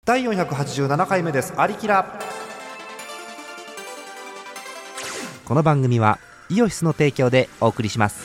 第487回目です。アリキラ。この番組はイオシスの提供でお送りします。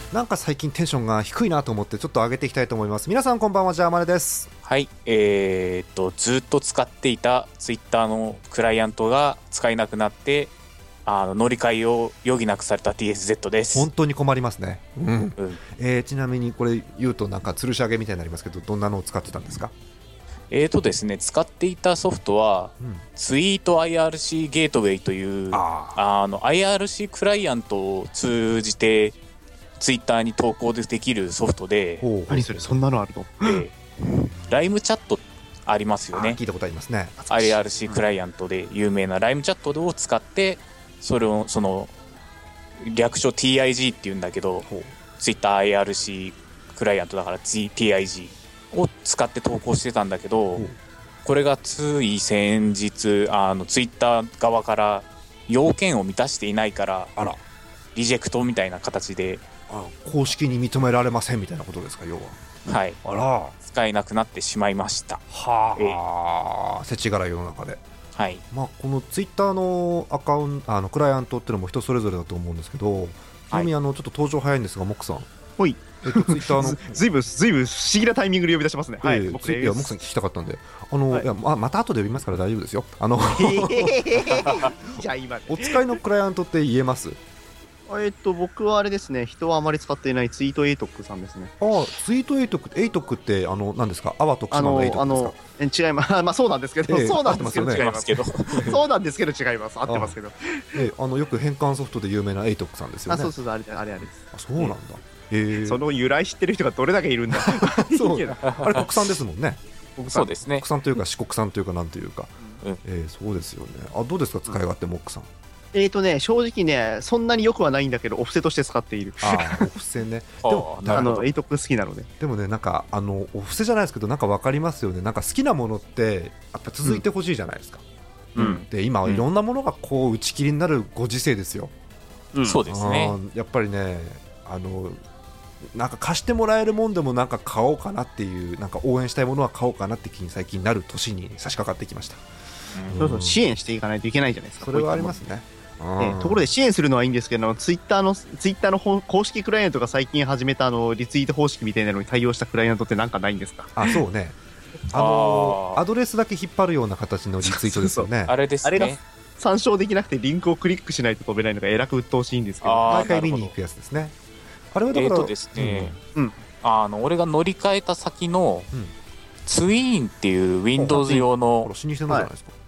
なんか最近テンションが低いなと思ってちょっと上げていきたいと思います。皆さんこんばんは、ジャーマネです。 はい、ずっと使っていたツイッターのクライアントが使えなくなって乗り換えを余儀なくされた TSZ です。 本当に困りますね、ちなみにこれ言うとなんか吊るし上げみたいになりますけど、どんなのを使ってたんですか？ ですね、使っていたソフトは、ツイート IRC ゲートウェイというIRC クライアントを通じてツイッターに投稿できるソフトで、 何それ、そんなのあるの？ ライムチャットありますよね。 聞いたことありますね。 IRC クライアントで有名なライムチャットを使って、それをその略称 TIG っていうんだけど、ツイッター IRC クライアントだから TIGを使って投稿してたんだけど、これがつい先日ツイッター側から要件を満たしていないからリジェクトみたいな形で公式に認められませんみたいなことですか、要は。 はい、 あら、 使えなくなってしまいました。 はあ、世知辛い世の中で。 はい、 このツイッターのアカウントクライアントっていうのも人それぞれだと思うんですけど、ちなみにちょっと登場早いんですが、モックさん、 ほい、 ツイッターのずいぶん不思議なタイミングで呼び出しますね。はい、 モックさん聞きたかったんで、 はい、 いやまた後で呼びますから大丈夫ですよ。 じゃあ今お使いのクライアントって言えます？ 僕はあれですね、人はあまり使っていないツイートエイトックさんですね。 ツイートエイトックって何ですか？アワ徳島のエイトックですか？ 違います。まあそうなんですけど、そうなんですけど違いますけど、そうなんですけど違います。合ってますけど、 よく変換ソフトで有名なエイトックさんですよね。 そう、あれです。 そうなんだ。 その由来知ってる人がどれだけいるんだ。 そうあれ国産ですもんね。 そうですね。 国産というか四国産というかなんというか、そうですよね。どうですか、使い勝手、モックさん？ 正直ね、そんなによくはないんだけど、お布施として使っている。 お布施ね。 でもエイトック好きなので。 でもね、なんかお布施じゃないですけど、なんか分かりますよね。なんか好きなものってやっぱ続いてほしいじゃないですか。で今はいろんなものがこう打ち切りになるご時世ですよ。 そうですね。 やっぱりね、なんか貸してもらえるもんでもなんか買おうかなっていう、なんか応援したいものは買おうかなって気に最近なる年に差し掛かってきました。 そう支援していかないといけないじゃないですか。 それはありますね。 ところで支援するのはいいんですけど、ツイッターの公式クライアントが最近始めたリツイート方式みたいなのに対応したクライアントってなんかないんですか？ そうね。アドレスだけ引っ張るような形のリツイートですよね。 あれですね。 あれが参照できなくてリンクをクリックしないと飛べないのがえらく鬱陶しいんですけど、 毎回見に行くやつですね。あれはだからですね、俺が乗り換えた先のツイーンっていう Windows 用の老舗のじゃないですか。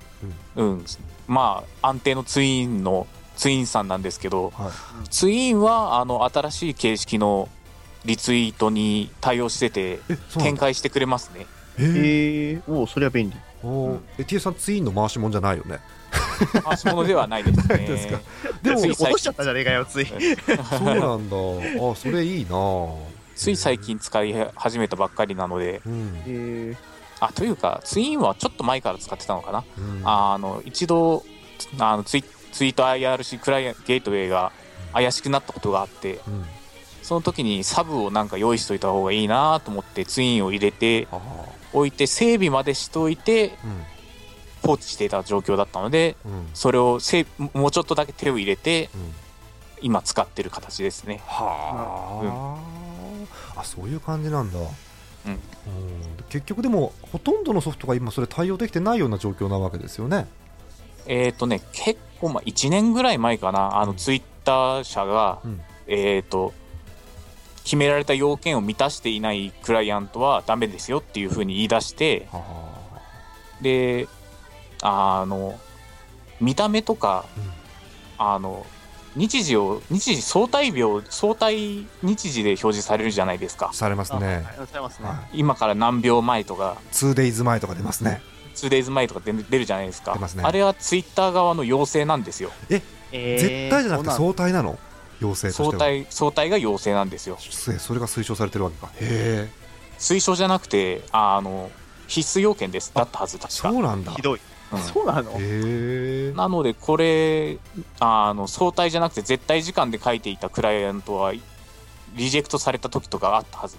安定のツイーンさんなんですけど、ツイーンは新しい形式のリツイートに対応してて展開してくれますね。 それは便利。 T さん、ツイーンの回しもんじゃないよね？ 回し物ではないですね。 でも落としちゃったじゃねえかよ、つい。 そうなんだ。それいいな。 つい最近使い始めたばっかりなので、というかツイーンはちょっと前から使ってたのかな。一度ツイート IRC クライアントゲートウェイが怪しくなったことがあって、その時にサブをなんか用意しといた方がいいなと思ってツイーンを入れておいて、整備までしといて放置していた状況だったので、それをもうちょっとだけ手を入れて今使ってる形ですね。 そういう感じなんだ。結局でもほとんどのソフトが今それ対応できてないような状況なわけですよね。 結構1年ぐらい前かな、ツイッター社が、決められた要件を満たしていないクライアントはダメですよっていう風に言い出して、で見た目とか、日時相対日時で表示されるじゃないですか。 されますね。 今から何秒前とか 2days 前とか出ますね。 2days 前とか出るじゃないですか。 出ますね。 あれはツイッター側の要請なんですよ。 絶対じゃなくて相対なの？要請としては相対が要請なんですよ。 それが推奨されてるわけか。 推奨じゃなくて必須要件ですだったはず。確か。 そうなんだ。 ひどい。そうなの？ なのでこれ相対じゃなくて絶対時間で書いていたクライアントはリジェクトされた時とかあったはずです。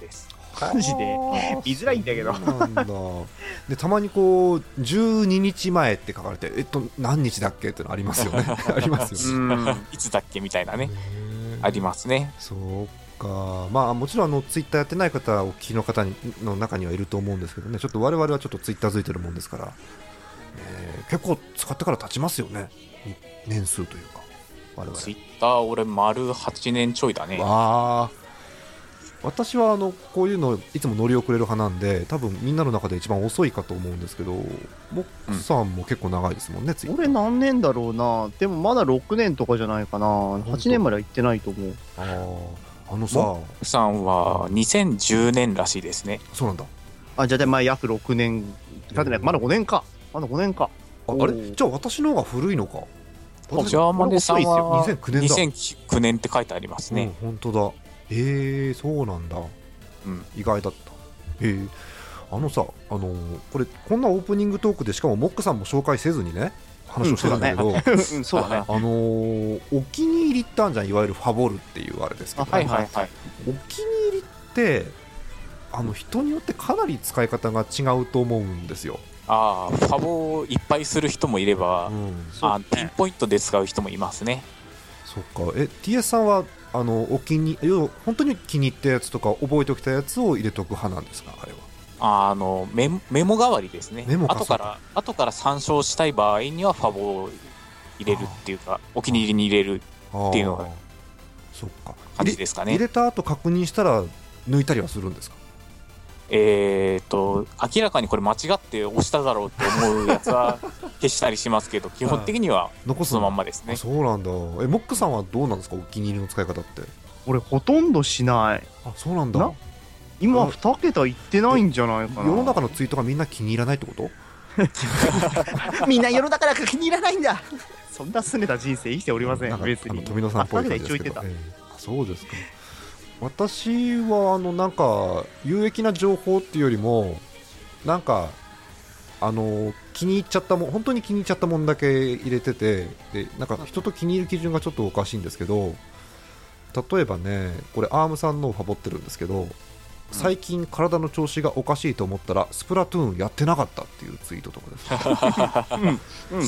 マジで見づらいんだけど。 なんだでたまにこう12日前って書かれて何日だっけってのありますよねありますよねいつだっけみたいなねありますね。 そうか、まあもちろんツイッターやってない方お聞きの方の中にはいると思うんですけどね、ちょっと我々はちょっとツイッター付いてるもんですから、結構使ってから経ちますよね、年数というか。我々 ツイッター俺丸8年ちょいだね。 わあ、私はこういうのいつも乗り遅れる派なんで、多分みんなの中で一番遅いかと思うんですけど、モックさんも結構長いですもんね、ツイッター。 俺何年だろうな。でもまだ6年とかじゃないかな。8年までは行ってないと思う。 さ、 モックさんは2010年らしいですね。 そうなんだ。 じゃあまあ約6年経ってない。まだ5年か。まだ5年か。 あれじゃあ私の方が古いのか。 ジャーマネさんは 2009年だ。 2009年って書いてありますね。 本当だ。そうなんだ。意外だった。さ、これこんなオープニングトークでしかもモックさんも紹介せずにね話をしてるんだけど、 そうだね。 お気に入りってあるじゃん、いわゆるファボルっていうあれですけど、 はいはいはい。 お気に入りって人によってかなり使い方が違うと思うんですよ。 ファボをいっぱいする人もいれば、ピンポイントで使う人もいますね。 そっか。TS さんは本当に気に入ったやつとか覚えておきたやつを入れとく派なんですか、あれは。 メモ代わりですね。後から参照したい場合にはファボを入れるっていうか、お気に入りに入れるっていうのがそっか感じですかね。 入れた後確認したら抜いたりはするんですか。 明らかにこれ間違って押しただろうって思うやつは消したりしますけど基本的にはそのまんまですね。 そうなんだ。モックさんはどうなんですか、お気に入りの使い方って。 俺ほとんどしない。 そうなんだ。 今2桁いってないんじゃないかな。 世の中のツイートがみんな気に入らないってことみんな世の中なんか気に入らないんだそんな拗ねた人生生きておりません。別に富野さんっぽい感じですけど。そうですか。私はなんか有益な情報っていうよりもなんか気に入っちゃった本当に気に入っちゃったもんだけ入れてて、でなんか人と気に入る基準がちょっとおかしいんですけど、例えばね、これアームさんのをファボってるんですけど、最近体の調子がおかしいと思ったらスプラトゥーンやってなかったっていうツイートとかです、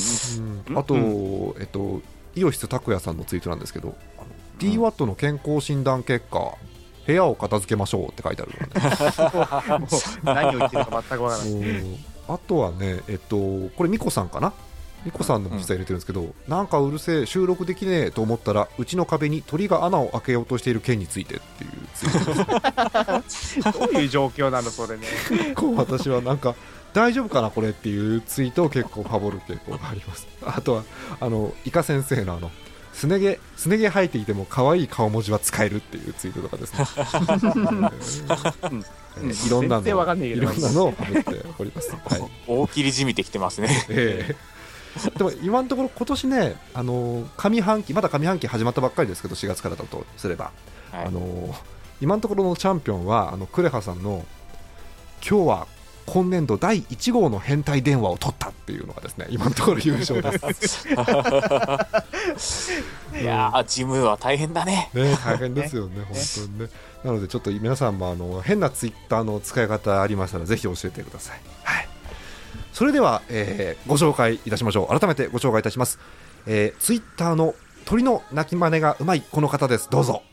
あと、イオシス拓也さんのツイートなんですけど、DWAT の健康診断結果、部屋を片付けましょうって書いてあるので何を言ってるか全くわからない。 あとはね、これミコさんかな、ミコさんの実際入れてるんですけど、なんかうるせえ収録できねえと思ったらうちの壁に鳥が穴を開けようとしている件についてっていうツイートですどういう状況なのそれね。 結構私はなんか大丈夫かなこれっていうツイートを結構ファボる傾向があります。あとはイカ先生のすね毛生えていても可愛い顔文字は使えるっていうツイートとかですねいろんなのをファボっております、はい、 大切りじみてきてますね、 でも今のところ今年ね、上半期まだ上半期始まったばっかりですけど、4月からだとすれば、はい、今のところのチャンピオンはクレハさんの今日は今年度第1号の変態電話を取ったっていうのがですね、今のところ優勝ですいやー、ジムは大変だね。 大変ですよね本当にね。なのでちょっと皆さんも変なツイッターの使い方ありましたらぜひ教えてください。はい、それでは、ご紹介いたしましょう。改めてご紹介いたします。ツイッターの鳥の鳴き真似がうまいこの方です。どうぞ。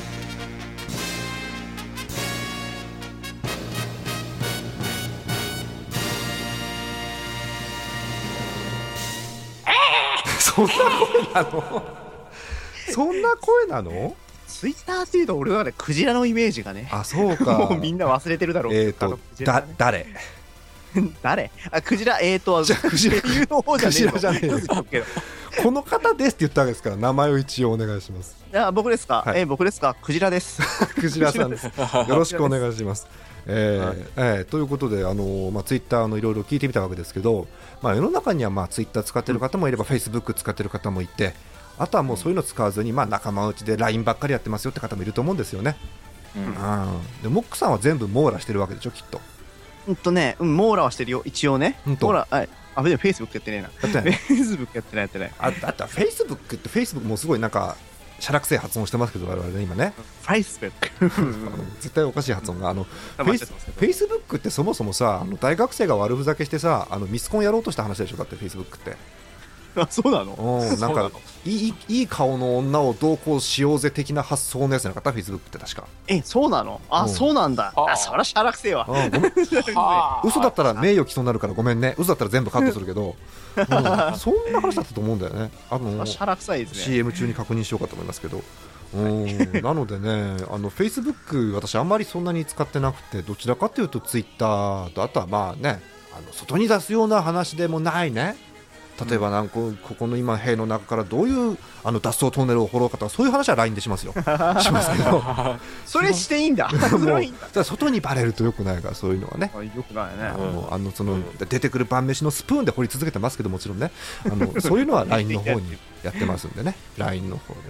そんな声なのそんな声なの。 ツイッターっていうと俺はね、クジラのイメージがね。 そうか。 もうみんな忘れてるだろう。 誰誰？クジラ、じゃあクジラの方じゃねえの。 この方ですって言ったわけですから、名前を一応お願いします。 僕ですか、はい、僕ですか、クジラですクジラさんです。よろしくお願いします。ということでツイッターのいろいろ聞いてみたわけですけど、世の中にはツイッター使ってる方もいれば、フェイスブック使ってる方もいて、あとはもうそういうの使わずに、仲間内で LINE ばっかりやってますよって方もいると思うんですよね。でモックさんは全部網羅してるわけでしょ、きっと。 網羅はしてるよ一応ね。網羅、はい。でもフェイスブックやってねえな。フェイスブックやってない。 あとはフェイスブックって、フェイスブックもすごいなんかしゃらくせえ発音してますけど我々ね今ねフェイスブック絶対おかしい発音がフェイスブックってそもそもさ大学生が悪ふざけしてさミスコンやろうとした話でしょ。だってフェイスブックってあ、そうなの？ なんかいい顔の女をどうこうしようぜ的な発想のやつなかったフェイスブックって確か。 そうなの？あ、そうなんだ。あ、そらしゃらくせえわ。 嘘だったら名誉毀損になるからごめんね。嘘だったら全部カットするけどそんな話だったと思うんだよね。 しゃらくさいですね。 CM 中に確認しようかと思いますけどなのでねフェイスブック私あんまりそんなに使ってなくてどちらかというとツイッターとあとはまあね外に出すような話でもないね。例えばここの今兵の中からどういう脱走トンネルを掘ろうかとかそういう話は LINE でしますよしますけどそれしていいんだもう外にバレるとよくないからそういうのはねよくないね。 その出てくる晩飯のスプーンで掘り続けてますけどもちろんねそういうのは LINE の方にやってますんでねLINE の方で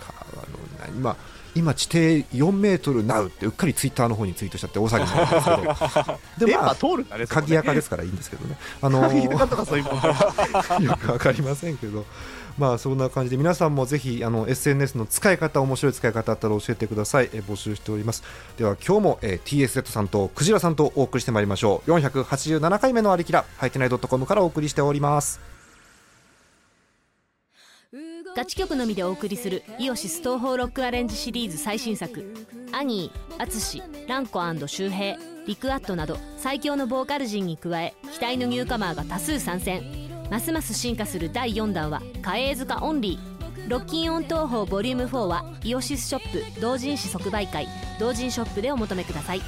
今地底4メートルナウってうっかりツイッターの方にツイートしちゃって大騒ぎになるんですけど電波通るんだね。 鍵垢ですからいいんですけどね鍵垢とかそういうものよくわかりませんけどまあそんな感じで皆さんもぜひSNS の使い方面白い使い方あったら教えてください。募集しております。では今日も、TSZ さんとクジラさんとお送りしてまいりましょう。487回目のありきらはいてない .com からお送りしております。 ガチ曲のみでお送りするイオシス東宝ロックアレンジシリーズ最新作アニー、アツシ、ランコ&周平、リクアットなど最強のボーカル陣に加え期待のニューカマーが多数参戦。ますます進化する第4弾は嘉永塚オンリー。ロッキンオン東宝ボリューム4はイオシスショップ同人誌即売会同人ショップでお求めください。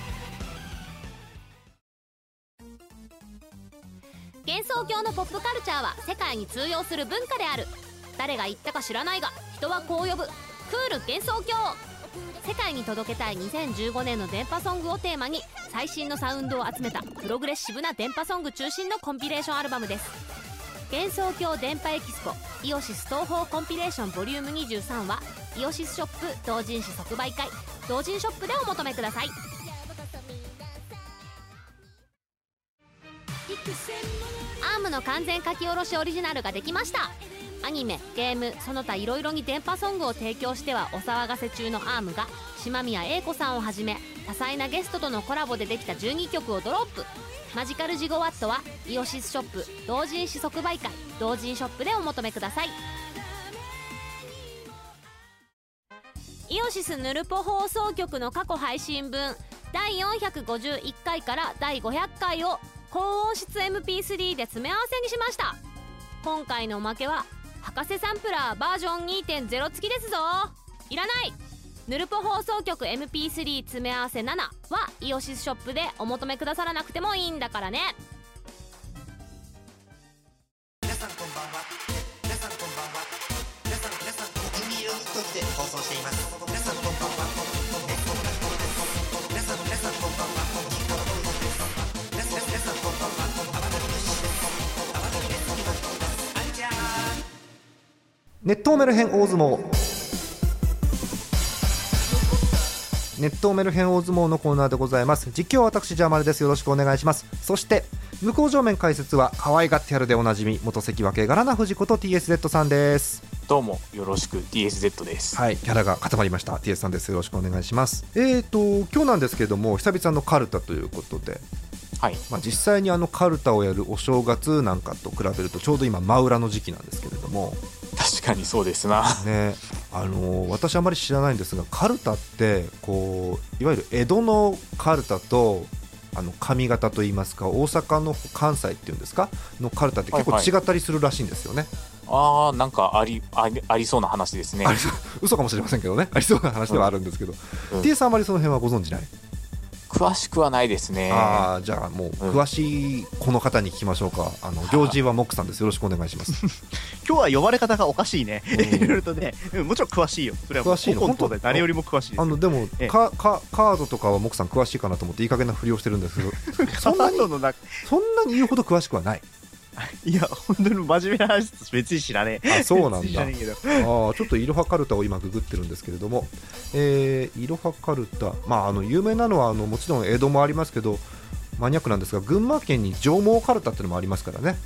幻想郷のポップカルチャーは世界に通用する文化である。誰が言ったか知らないが人はこう呼ぶクール幻想郷。世界に届けたい2015年の電波ソングをテーマに最新のサウンドを集めたプログレッシブな電波ソング中心のコンピレーションアルバムです。幻想郷電波エキスポイオシス東宝コンピレーションボリューム23はイオシスショップ同人誌即売会同人ショップでお求めください。アームの完全書き下ろしオリジナルができました。アニメ、ゲーム、その他いろいろに電波ソングを提供してはお騒がせ中のアームが島宮英子さんをはじめ多彩なゲストとのコラボでできた12曲をドロップ。マジカルジゴワットはイオシスショップ同人誌即売会同人ショップでお求めください。イオシスヌルポ放送局の過去配信分第451回から第500回を高音質 MP3 で詰め合わせにしました。今回のおまけは博士サンプラーバージョン 2.0 付きですぞ。いらない。ヌルポ放送局 MP3 詰め合わせ7はイオシスショップでお求めくださらなくてもいいんだからね。 皆さんこんばんは。皆さんこんばんは。皆さん国民色にとって放送しています。皆さんこんばんは。皆さんこんばんは。皆さんこんばんは。 ネットメルヘン大相撲ネットメルヘン大相撲のコーナーでございます。実況は私ジャーマルです。よろしくお願いします。そして向正面解説は可愛がってやるでおなじみ元関脇ガラナ藤子と TSZ さんです。 どうもよろしく TSZ です。 はい、キャラが固まりました。 TS さんです。よろしくお願いします。今日なんですけれども久々のカルタということで、 はい、 実際にカルタをやるお正月なんかと比べるとちょうど今真裏の時期なんですけれども、 確かにそうですな、 ね、私あまり知らないんですがカルタってこういわゆる江戸のカルタと上方といいますか大阪の関西っていうんですかのカルタって結構違ったりするらしいんですよね。 ああ、なんかありそうな話ですね。 嘘かもしれませんけどね、ありそうな話ではあるんですけど、T さんあまりその辺はご存知ない？ 詳しくはないですね。 じゃあもう詳しいこの方に聞きましょうか。行事はモックさんです。よろしくお願いします今日は呼ばれ方がおかしいねいろいろとね、もちろん詳しいよ。それは詳しいの本当で誰よりも詳しいですよ。 でもカードとかはモックさん詳しいかなと思っていい加減なふりをしてるんですけどそんなに言うほど詳しくはない。 いや本当に真面目な話と別に知らねえ。 そうなんだ。 知らねえけどちょっとイロハカルタを今ググってるんですけれども、イロハカルタ、有名なのはもちろん江戸もありますけどマニアックなんですが群馬県に上毛カルタっていうのもありますからね。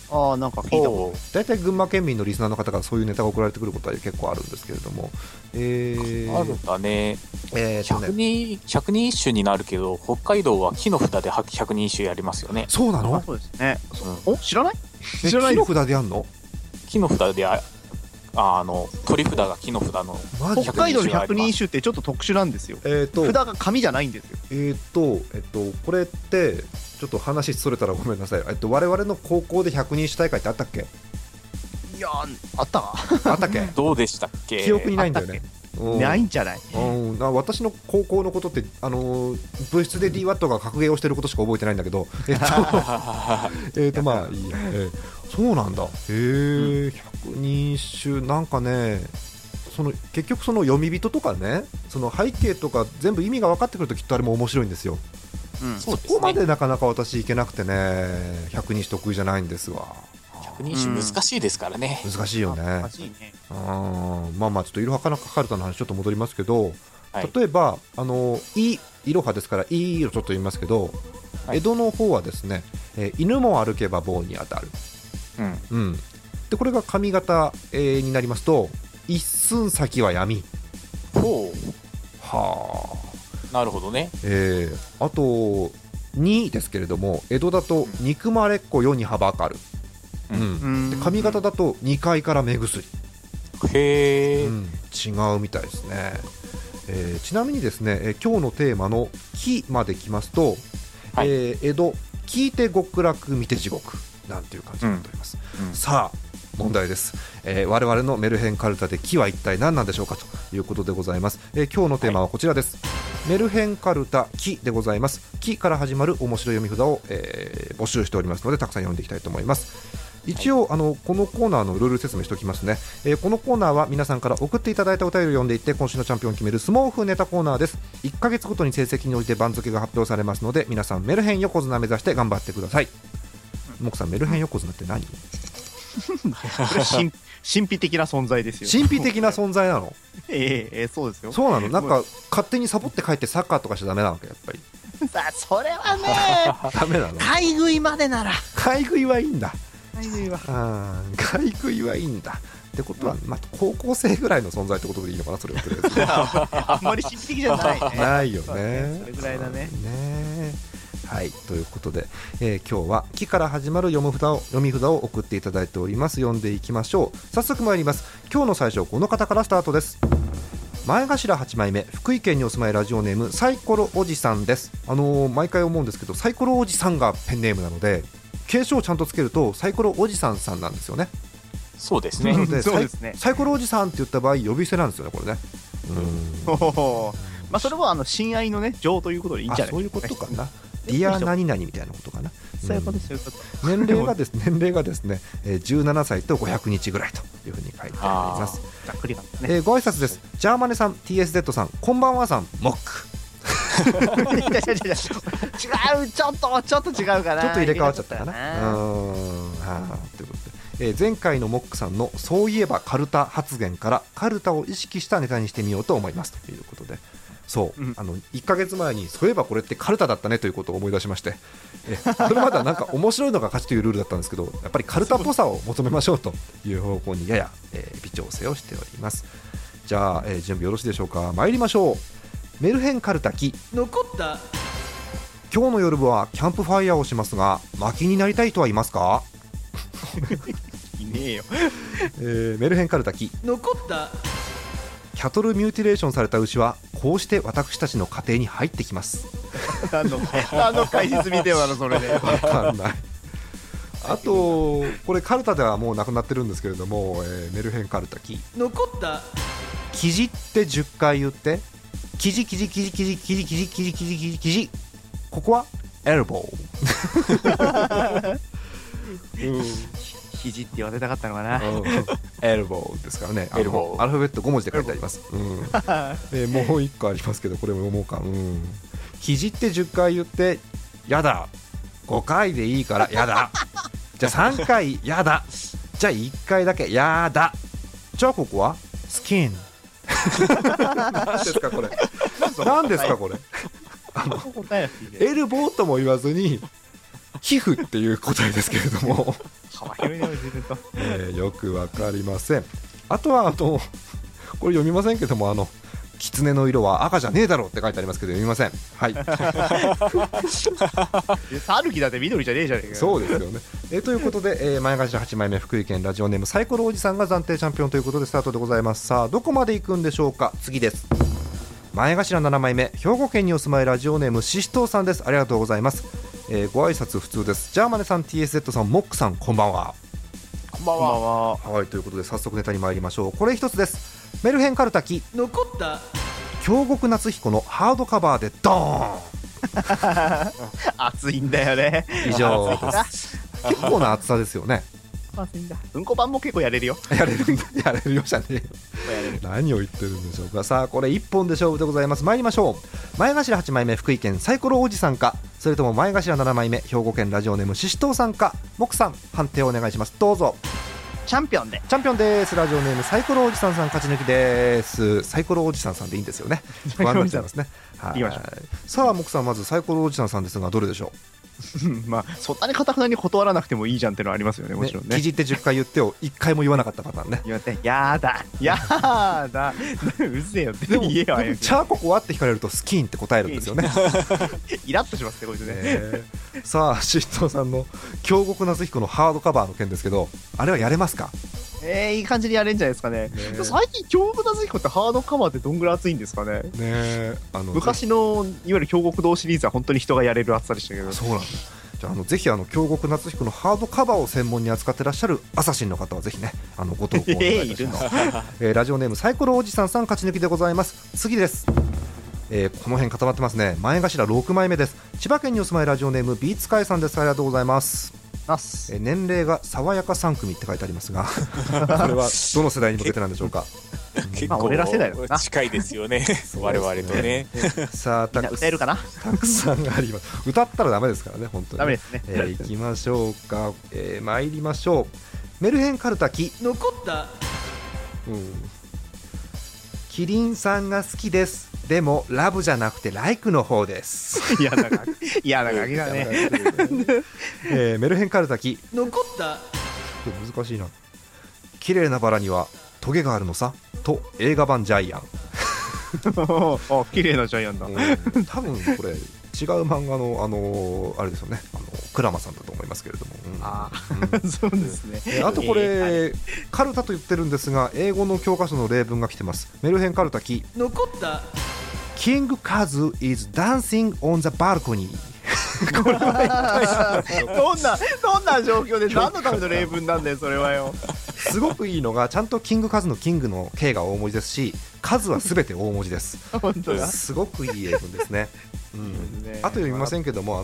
なんか聞いたこ大体群馬県民のリスナーの方からそういうネタが送られてくることは結構あるんですけれども、 あるんだね。百人一首になるけど、北海道は木の札で百人一首やりますよね。 そうなの？ そうですね。知らない？ 知らない。木の札でやんの？ 木の札で鳥札が木の札の北海道の百人一首ってちょっと特殊なんですよ。札が紙じゃないんですよ。 これってちょっと話それたらごめんなさい。我々の高校で百人一首大会ってあったっけ？ いやあったかあったっけ？ どうでしたっけ？ 記憶にないんだよね。 ないんじゃない？ 私の高校のことって部室で DWAT が格ゲーをしてることしか覚えてないんだけど、まあいいや。そうなんだ。百人一首なんかね、結局その読み人とかね、その背景とか全部意味が分かってくるときっとあれも面白いんですよ。そこまでなかなか私いけなくてね、百人一首得意じゃないんですわ。 百人一首難しいですからね。 難しいよね。 難しいね。 ちょっといろはかなかかるたの話ちょっと戻りますけど、例えばいろはですからいい色ちょっと言いますけど、江戸の方はですね、犬も歩けば棒に当たる。でこれが上方、になりますと一寸先は闇。 なるほどね。 あと2ですけれども、江戸だと憎まれっこ世にはばかる。で上方だと2階から目薬。違うみたいですね。ちなみにですね、今日のテーマの木まで来ますと、江戸聞いて極楽見て地獄なんていう感じになっております。さあ問題です。我々のメルヘンカルタで木は一体何なんでしょうかということでございます。今日のテーマはこちらです。メルヘンカルタ木でございます。木から始まる面白い読み札を、募集しておりますのでたくさん読んでいきたいと思います。一応このコーナーのルール説明しておきますね。このコーナーは皆さんから送っていただいたお便りを読んでいって今週のチャンピオンを決める相撲風ネタコーナーです。1ヶ月ごとに成績に応じて番付が発表されますので皆さんメルヘン横綱目指して頑張ってください。モクさん、メルヘン横綱って何？ 神秘的な存在ですよ。 神秘的な存在なの？ そうですよ。 そうなの？なんか勝手にサボって帰ってサッカーとかしちゃダメなわけやっぱり。 さあそれはねダメなの？ 買い食いまでなら。 買い食いはいいんだ。 買い食いは。 買い食いはいいんだ。ってことは、高校生ぐらいの存在ってことでいいのかな、それはとりあえず。 あんまり神秘的じゃないね。 ないよね。 それぐらいだね。 はい、ということで、今日は木から始まる読み札を送っていただいております。読んでいきましょう。早速参ります。今日の最初この方からスタートです。前頭8枚目、福井県にお住まいラジオネームサイコロおじさんです。毎回思うんですけどサイコロおじさんがペンネームなので継承をちゃんとつけるとサイコロおじさんさんなんですよね。 そうですね。 なのでサイコロおじさんって言った場合呼び捨てなんですよね、これね。 それは親愛のね情ということでいいんじゃない？ そういうことかな。ディア何々みたいなことかな。 そういうことです。 年齢がですね、17歳と500日ぐらいというふうに書いてあります。 ざっくりなんですね。 ご挨拶です。ジャーマネさん、 TSZ さん、こんばんはさん、モック。 違う、ちょっと違うかな。 ちょっと入れ替わっちゃったかな。ということで、前回のモックさんのそういえばカルタ発言からカルタを意識したネタにしてみようと思いますということで、そう1ヶ月前にそういえばこれってカルタだったねということを思い出しまして、それまではなんか面白いのが勝ちというルールだったんですけど、やっぱりカルタっぽさを求めましょうという方向にやや、微調整をしております。じゃあ、準備よろしいでしょうか。参りましょう。メルヘンカルタ記。 残った今日の夜はキャンプファイヤーをしますが薪になりたい人はいますか？ いねえよ。 メルヘンカルタ記。 残ったキャトルミューティレーションされた牛はこうして私たちの家庭に入ってきます。 何の解説見てはのそれで。 わかんない。あとこれカルタではもうなくなってるんですけれども、メルヘンカルタ記。 残った記事って10回言って。記事ここはエルボー。 肘って言われたかったのかな。 エルボーですからね。 エルボーアルファベット5文字で書いてあります。もう1個ありますけどこれも読もうか。記事って10回言ってやだ。5回でいいからやだ。じゃあ3回やだ。じゃあ1回だけやだ。じゃあここはスキン。何ですかこれ。何ですかこれ。エルボーとも言わずに皮膚っていう答えですけれども幅広いね自分と、 よくわかりません。あとはこれ読みませんけども狐の色は赤じゃねえだろうって書いてありますけど読みません。はいタヌキだって緑じゃねえじゃねえか。 そうですよね。ということで、前頭8枚目福井県ラジオネームサイコロおじさんが暫定チャンピオンということでスタートでございます。さあどこまで行くんでしょうか。次です。前頭7枚目兵庫県にお住まいラジオネームししとうさんです。ありがとうございます。ご挨拶普通です。ジャーマネさん TSZ さんモックさんこんばんは。 こんばんは。 はい、ということで早速ネタに参りましょう。これ一つです。メルヘンカルタキ残った京極夏彦のハードカバーでドーン熱いんだよね。 以上です結構な厚さですよね。 熱いんだ。うんこ版も結構やれるよ。 やれるよじゃねえよ何を言ってるんでしょうか。さあこれ一本で勝負でございます。参りましょう。前頭8枚目福井県サイコロおじさんか、それとも前頭7枚目兵庫県ラジオネームししとうさんか。モクさん判定をお願いします。どうぞ。 チャンピオンで。 チャンピオンです。ラジオネームサイコロおじさんさん勝ち抜きです。サイコロおじさんさんでいいんですよね。ご案内してますね。はい。さあモクさんまずサイコロおじさんさんですがどれでしょう。 まあそんなに固くなに断らなくてもいいじゃんってのはありますよね。もちろんね。 記事って10回言ってを1回も言わなかったパターンね。 言われてやだうぜえよって言えよ。 チャーココはって聞かれるとスキンって答えるんですよね。 イラッとしますねこいつね。 さあししとうさんの京極夏彦のハードカバーの件ですけど、あれはやれますか。 いい感じにやれんじゃないですかね。最近京極夏彦ってハードカバーってどんぐらい熱いんですかね。昔のいわゆる京極堂シリーズは本当に人がやれる熱さでしたけど。 そうなんだ。じゃあぜひ京極夏彦のハードカバーを専門に扱ってらっしゃるアサシンの方はぜひねご投稿お願いいたします。ラジオネームサイコロおじさんさん勝ち抜きでございます。次です。この辺固まってますね。前頭6枚目です。千葉県にお住まいラジオネームビーツカイさんです。ありがとうございます。年齢が爽やか3組って書いてありますがこれはどの世代に向けてなんでしょうか。 結構俺ら世代だ近いですよね我々とね。 さあ歌えるかな。 たくさんあります。歌ったらダメですからね本当に。 ダメですね。 いきましょうか。参りましょう。メルヘンカルタキ残った、 キリンさんが好きです。でもラブじゃなくてライクの方です。 嫌なガキだね。 メルヘンカルタキ残った。 難しいな。綺麗なバラにはトゲがあるのさと映画版ジャイアン。 綺麗なジャイアンだ。 多分これ違う漫画のあれですよね。クラマさんだと思いますけれども。 そうですね。 あとこれカルタと言ってるんですが英語の教科書の例文が来てます。メルヘンカルタキ残った。 キングカズ is dancing on the balcony。 これはどんな状況で何のための例文なんだよそれはよ。 すごくいいのがちゃんとキングカズのキングの K が大文字ですし数は全て大文字です。 本当だ。 すごくいい例文ですね。あと読みませんけども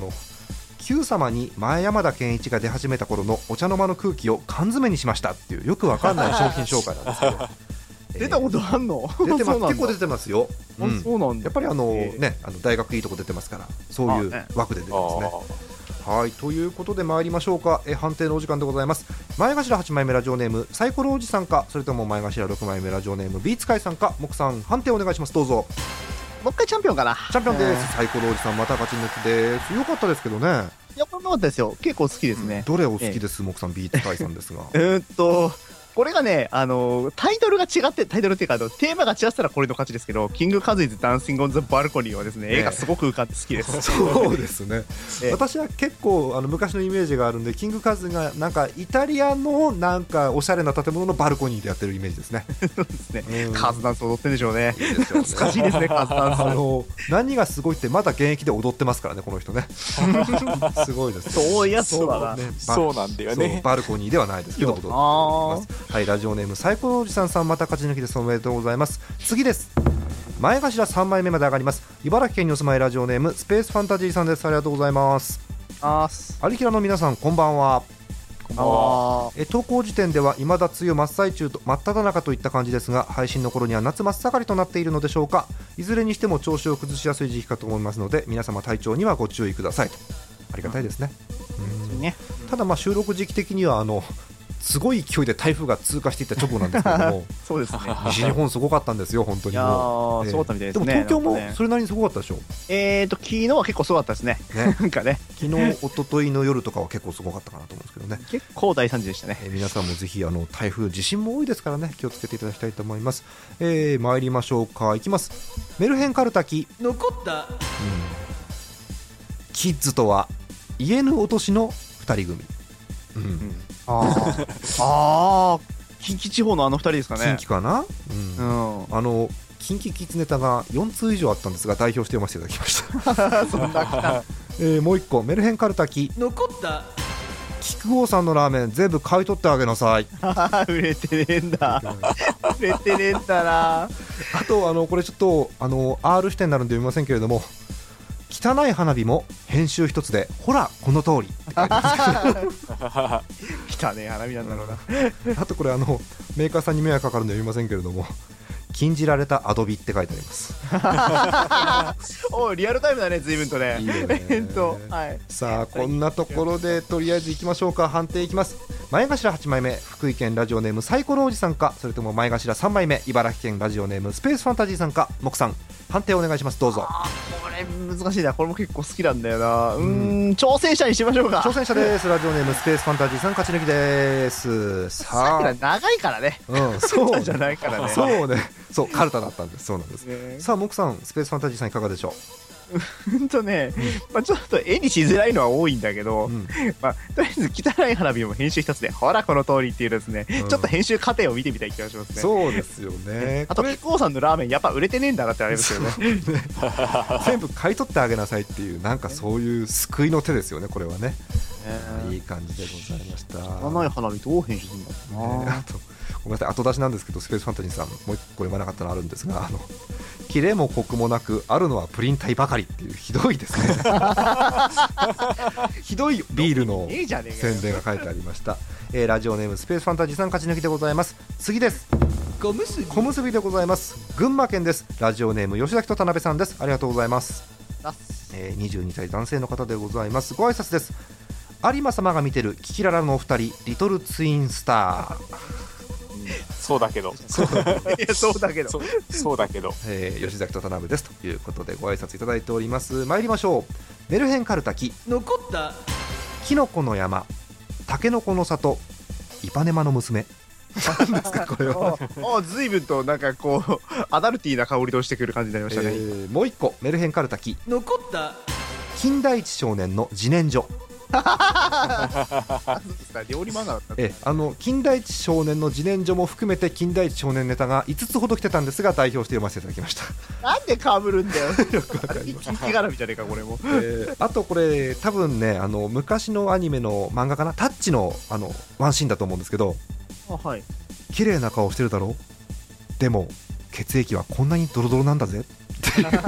Q 様に前山田健一が出始めた頃のお茶の間の空気を缶詰にしましたっていうよくわかんない商品紹介なんですけど出たことあんの。 出てます。結構出てますよ。 そうなんだ。 やっぱり大学いいとこ出てますからそういう枠で出てますね。はい、ということで参りましょうか。判定のお時間でございます。前頭8枚目ラジオネームサイコロおじさんか、それとも前頭6枚目ラジオネームビーツカイさんか。木さん判定お願いします。どうぞ。 もう一回チャンピオンかな。 チャンピオンです。サイコロおじさんまた勝ち抜きです。よかったですけどね。 いやこれも良かったですよ。結構好きですね。 どれお好きです。木さんビーツカイさんですがこれがね、タイトルが違って、タイトルっていうかテーマが違ったらこれの勝ちですけど、キングカズイズダンシングオンザバルコニーはですね、映画すごく浮かんで好きです。 そうですね。私は結構昔のイメージがあるんで、キングカズがなんかイタリアのなんかおしゃれな建物のバルコニーでやってるイメージですね。 そうですね。カズダンス踊ってるんでしょうね。懐かしいですね、カズダンス。 何がすごいってまだ現役で踊ってますからね、この人ね。すごいです。 そういうやつはそうなんだよね。 バルコニーではないですけど踊っております。はい、ラジオネームサイコロおじさんさんまた勝ち抜きです。おめでとうございます。次です。前頭3枚目まで上がります。茨城県にお住まいラジオネームスペースファンタジーさんです。ありがとうございます。有平の皆さんこんばんは。投稿時点では未だ梅雨真っ最中と真っ只中といった感じですが、配信の頃には夏真っ盛りとなっているのでしょうか。いずれにしても調子を崩しやすい時期かと思いますので、皆様体調にはご注意くださいと。ありがたいですね。ただ収録時期的にはすごい勢いで台風が通過していった直後なんですけどもそうですね。 西日本すごかったんですよ本当に。 いやー、すごかったみたいですね。 でも東京もそれなりにすごかったでしょ。 昨日は結構すごかったですね。なんかね。 昨日一昨日の夜とかは結構すごかったかなと思うんですけどね。 結構大惨事でしたね。 皆さんもぜひ台風地震も多いですからね、気をつけていただきたいと思います。参りましょうか。いきます。メルヘンカルタキ残った、 キッズとは家ぬ落としの2人組、 近畿地方のあの2人ですかね。 近畿かな、近畿キッズネタが4通以上あったんですが代表して読ませていただきましたそんなもう一個、メルヘンカルタキ残った、 菊王さんのラーメン全部買い取ってあげなさい売れてねえんだ売れてねえんだな。 あとこれちょっとR 視点になるんで読みませんけれども、汚い花火も編集一つでほらこの通りって書いてます汚い花火なんだろうなあとこれメーカーさんに迷惑かかるんで読みませんけれども、禁じられたアドビって書いてありますおリアルタイムだね、随分とね。 いいよねはい、 さあこんなところでとりあえずいきましょうか。判定いきます。前頭8枚目福井県ラジオネームサイコロおじさんか、それとも前頭3枚目茨城県ラジオネームスペースファンタジーさんか。木さん判定お願いします。どうぞ。 これ難しいな。これも結構好きなんだよな。挑戦者にしましょうか。 挑戦者です。ラジオネームスペースファンタジーさん勝ち抜きです。さあ長いからね。そうじゃないからね。 そうね、そうカルタだったんです。そうなんです、さあ木さんスペースファンタジーさんいかがでしょう。 ちょっと絵にしづらいのは多いんだけど、とりあえず汚い花火も編集一つでほらこの通りっていうですね、ちょっと編集過程を見てみたい気がしますね。 そうですよね。 あと菊王さんのラーメンやっぱ売れてねえんだなってありますよね全部買い取ってあげなさいっていう、なんかそういう救いの手ですよね、これはね。いい感じでございました。 汚い花火どう編集するんだろうな。 あとごめんなさい、後出しなんですけど、スペースファンタジーさんもう一個読まなかったのあるんですが、キレもコクもなくあるのはプリン体ばかりっていうひどいですねひどいビールの宣伝が書いてありました。ラジオネームスペースファンタジーさん勝ち抜きでございます。次です。小結びでございます。群馬県です。ラジオネーム吉崎と田辺さんです。ありがとうございます。22歳男性の方でございます。ご挨拶です。有馬様が見てるキキララのお二人、リトルツインスターそうだけどそうだけど吉崎と田辺ですということでご挨拶いただいております。参りましょう。メルヘンカルタキ残った、 キノコの山タケノコの里イパネマの娘何ですかこれは随分となんかこうアダルティーな香りとしてくる感じになりましたね。 もう一個メルヘンカルタキ残った、 金田一少年の自然薯料理漫画だった金田一少年の自然薯も含めて金田一少年ネタが5つほど来てたんですが代表して読ませていただきました。 なんで被るんだよよくわかります。金絡みじゃねえかこれもあとこれ多分ね昔のアニメの漫画かな、タッチのワンシーンだと思うんですけど、 はい、 綺麗な顔してるだろ、でも血液はこんなにドロドロなんだぜっていう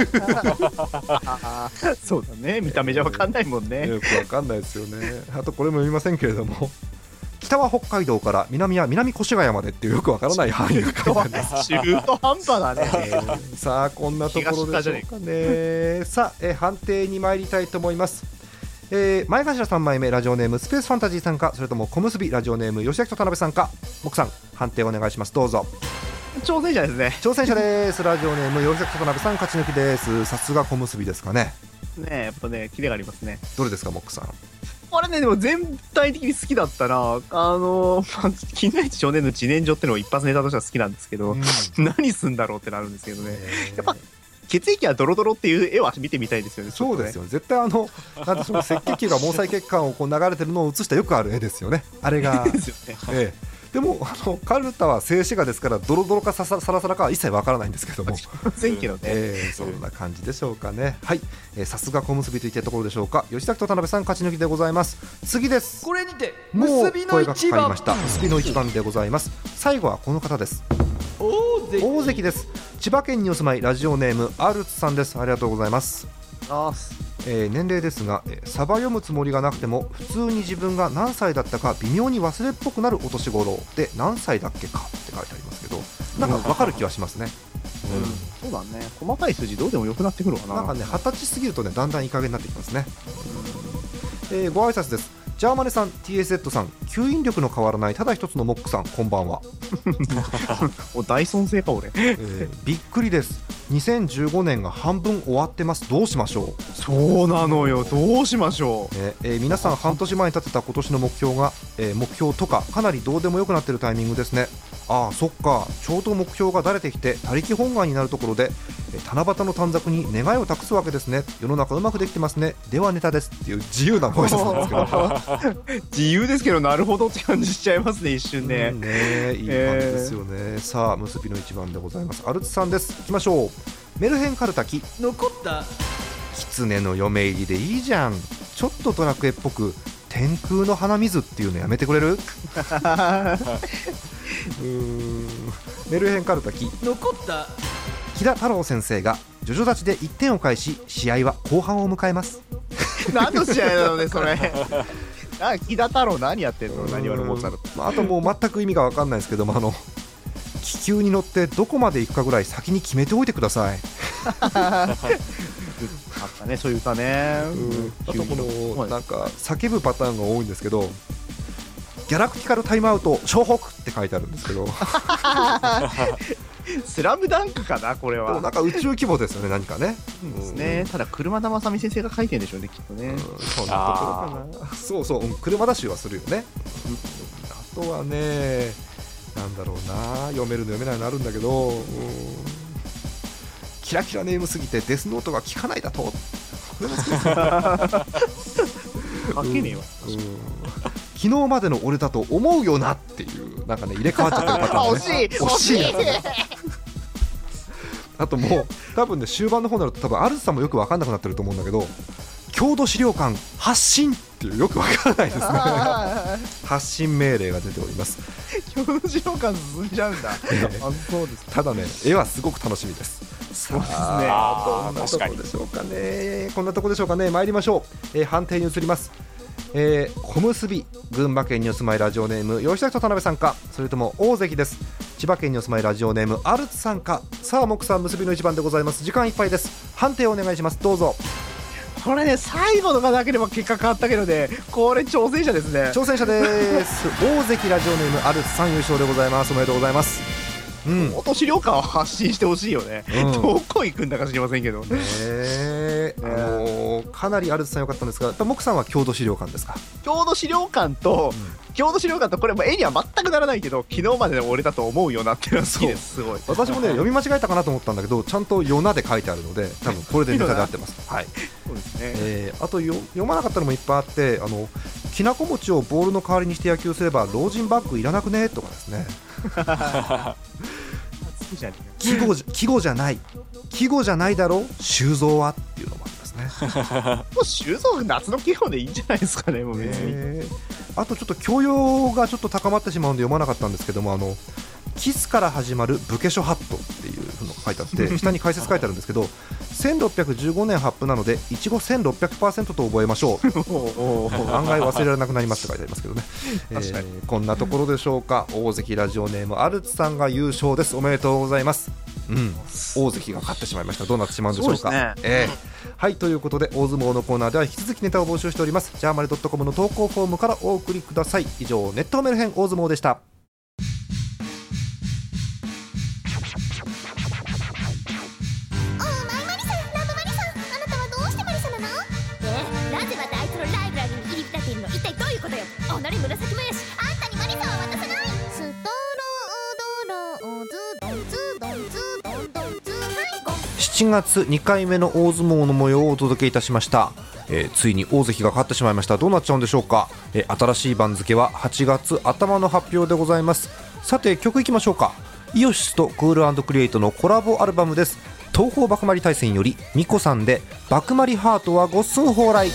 そうだね、見た目じゃ分かんないもんね、 よく分かんないですよね。あとこれも読みませんけれども、北は北海道から南は南越谷までっていうよく分からない範囲が書いてあります中途半端だねさあこんなところでしょうかね。さあ判定に参りたいと思います。前頭3枚目ラジオネームスペースファンタジーさんか、それとも小結びラジオネーム吉崎と田辺さんか。木さん判定お願いします。どうぞ。 挑戦者ですね。 挑戦者です。ラジオネーム吉崎と田辺さん勝ち抜きです。さすが小結びですかね。 ね、やっぱねキレがありますね。 どれですか木さん。 これねでも全体的に好きだったな。金田一少年の自然薯ってのを一発ネタとしては好きなんですけど、何すんだろうってなるんですけどね。やっぱ血液はドロドロっていう絵は見てみたいですよね。 そうですよね。絶対なんでしょう、赤血球が毛細血管をこう流れてるのを写したよくある絵ですよね。あれがですよね。でもカルタは静止画ですからドロドロかサラサラかは一切わからないんですけども、そんな感じでしょうかね。はい、さすが小結びといったところでしょうか。吉崎と田辺さん勝ち抜きでございます。次です。 これにて結びの一番、結びの一番でございます。最後はこの方です。大関です。千葉県にお住まいラジオネームアルツさんです。ありがとうございます。年齢ですがサバ読むつもりがなくても普通に自分が何歳だったか微妙に忘れっぽくなるお年頃で何歳だっけかって書いてありますけど、なんか分かる気はしますね。 そうだね、細かい数字どうでもよくなってくるわな。 なんかね20歳過ぎるとねだんだんいい加減になってきますね。ご挨拶です。ジャーマネさん TSZ さん、吸引力の変わらないただ一つのモックさん、こんばんは大尊敬か俺、 びっくりです。 2015年が半分終わってます。どうしましょう。 そうなのよ、どうしましょう。皆さん半年前に立てた今年の目標が、目標とかかなりどうでもよくなっているタイミングですね。ああそっか、ちょうど目標がだれてきて他力本願になるところで、七夕の短冊に願いを託すわけですね。世の中うまくできてますね。ではネタですっていう自由なボイスなんですけど自由ですけどなるほどって感じしちゃいますね、一瞬ね。 ね、いい感じですよね。さあ結びの一番でございます。アルツさんです。いきましょう。メルヘンカルタキ、 残った狐の嫁入りでいいじゃん。ちょっとドラクエっぽく天空の鼻水っていうのやめてくれるメルヘンカルタキ、 残った木田太郎先生がジョジョ立ちで1点を返し、試合は後半を迎えます。 何の試合なのねそれ木田太郎何やってんの、何話のモーツァルト。 あともう全く意味が分かんないですけども、気球に乗ってどこまで行くかぐらい先に決めておいてください。 あったね、そういう歌ね。 あとこのなんか叫ぶパターンが多いんですけど、ギャラクティカルタイムアウト湘北って書いてあるんですけどスラムダンクかなこれは。 でもなんか宇宙規模ですよね、何かね。 ですね。ただ車田正美先生が書いてるんでしょうね、きっとね。 そんなところかな。そうそう、車田集はするよね。あとはね、なんだろうな、読めるの読めないのあるんだけど、キラキラネームすぎてデスノートが効かないだと。これも好きです書けねえわ。 昨日までの俺だと思うよなっていうなんかね、入れ替わっちゃってるパターンね。 惜しいやつね。あともう多分ね、終盤の方になると多分アルスさんもよく分かんなくなってると思うんだけど、郷土資料館発信っていうよく分からないですね発信命令が出ております。 郷土資料館進んじゃうんだ。そうです。 ただね、絵はすごく楽しみです。 そうですね。 どんなとこでしょうかね。こんなとこでしょうかね。参りましょう。判定に移ります。小結び、群馬県にお住まいラジオネーム吉崎と田辺さんか、それとも大関です。千葉県にお住まいラジオネームアルツさんか。さあ木さん、結びの一番でございます。時間いっぱいです。判定をお願いします。どうぞ。 これね、最後のがなければ結果変わったけどね、これ挑戦者ですね。 挑戦者です大関ラジオネームアルツさん優勝でございます。おめでとうございます。 郷土資料館を発信してほしいよね。どこ行くんだか知りませんけど。 かなりアルツさん良かったんですが、木さんは郷土資料館ですか。 郷土資料館と、これも絵には全くならないけど、昨日までの俺だと思うよなっていうのは好きです。すごい。 私もね、読み間違えたかなと思ったんだけど、ちゃんとよなで書いてあるので、多分これでネタで合ってます。はい。 そうですね。 あと読まなかったのもいっぱいあって、きなこ餅をボールの代わりにして野球すれば老人バッグいらなくねとかですね季語じゃないだろ修造はっていうのもありますねもう修造夏の季語でいいんじゃないですかね、もう別に。 あとちょっと教養がちょっと高まってしまうんで読まなかったんですけども、キスから始まるブケショハットっていうのが書いてあって下に解説書いてあるんですけど1615年発布なのでいちご 1600% と覚えましょう案外忘れられなくなりますって書いてありますけどね確かに、こんなところでしょうか。大関ラジオネームアルツさんが優勝です。おめでとうございます。大関が勝ってしまいました。どうなってしまうんでしょうか。はい、ということで大相撲のコーナーでは引き続きネタを募集しております。ジャーマル .com の投稿フォームからお送りください。以上、ネットメルヘン大相撲でした。7月2回目の大相撲の模様をお届けいたしました。ついに大関が勝ってしまいました。どうなっちゃうんでしょうか。新しい番付は8月頭の発表でございます。さて曲いきましょうか。イオシスとクール&クリエイトのコラボアルバムです。東方幕張大戦よりミコさんで幕張ハートはごっすん蓬莱。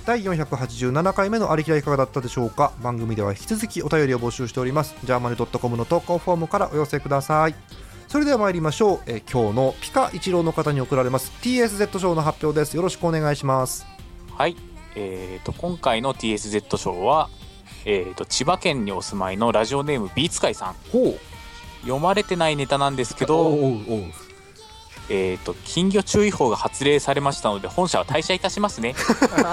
第487回目のありきらいかがだったでしょうか。番組では引き続きお便りを募集しております。ジャーマネ .com の投稿フォームからお寄せください。それでは参りましょう。今日のピカ一郎の方に贈られます TSZ 賞の発表です。よろしくお願いします。 はい、今回の TSZ 賞は、千葉県にお住まいのラジオネームビーツカイさん。 ほう。 読まれてないネタなんですけど、金魚注意報が発令されましたので本社は退社いたしますね。このネタで。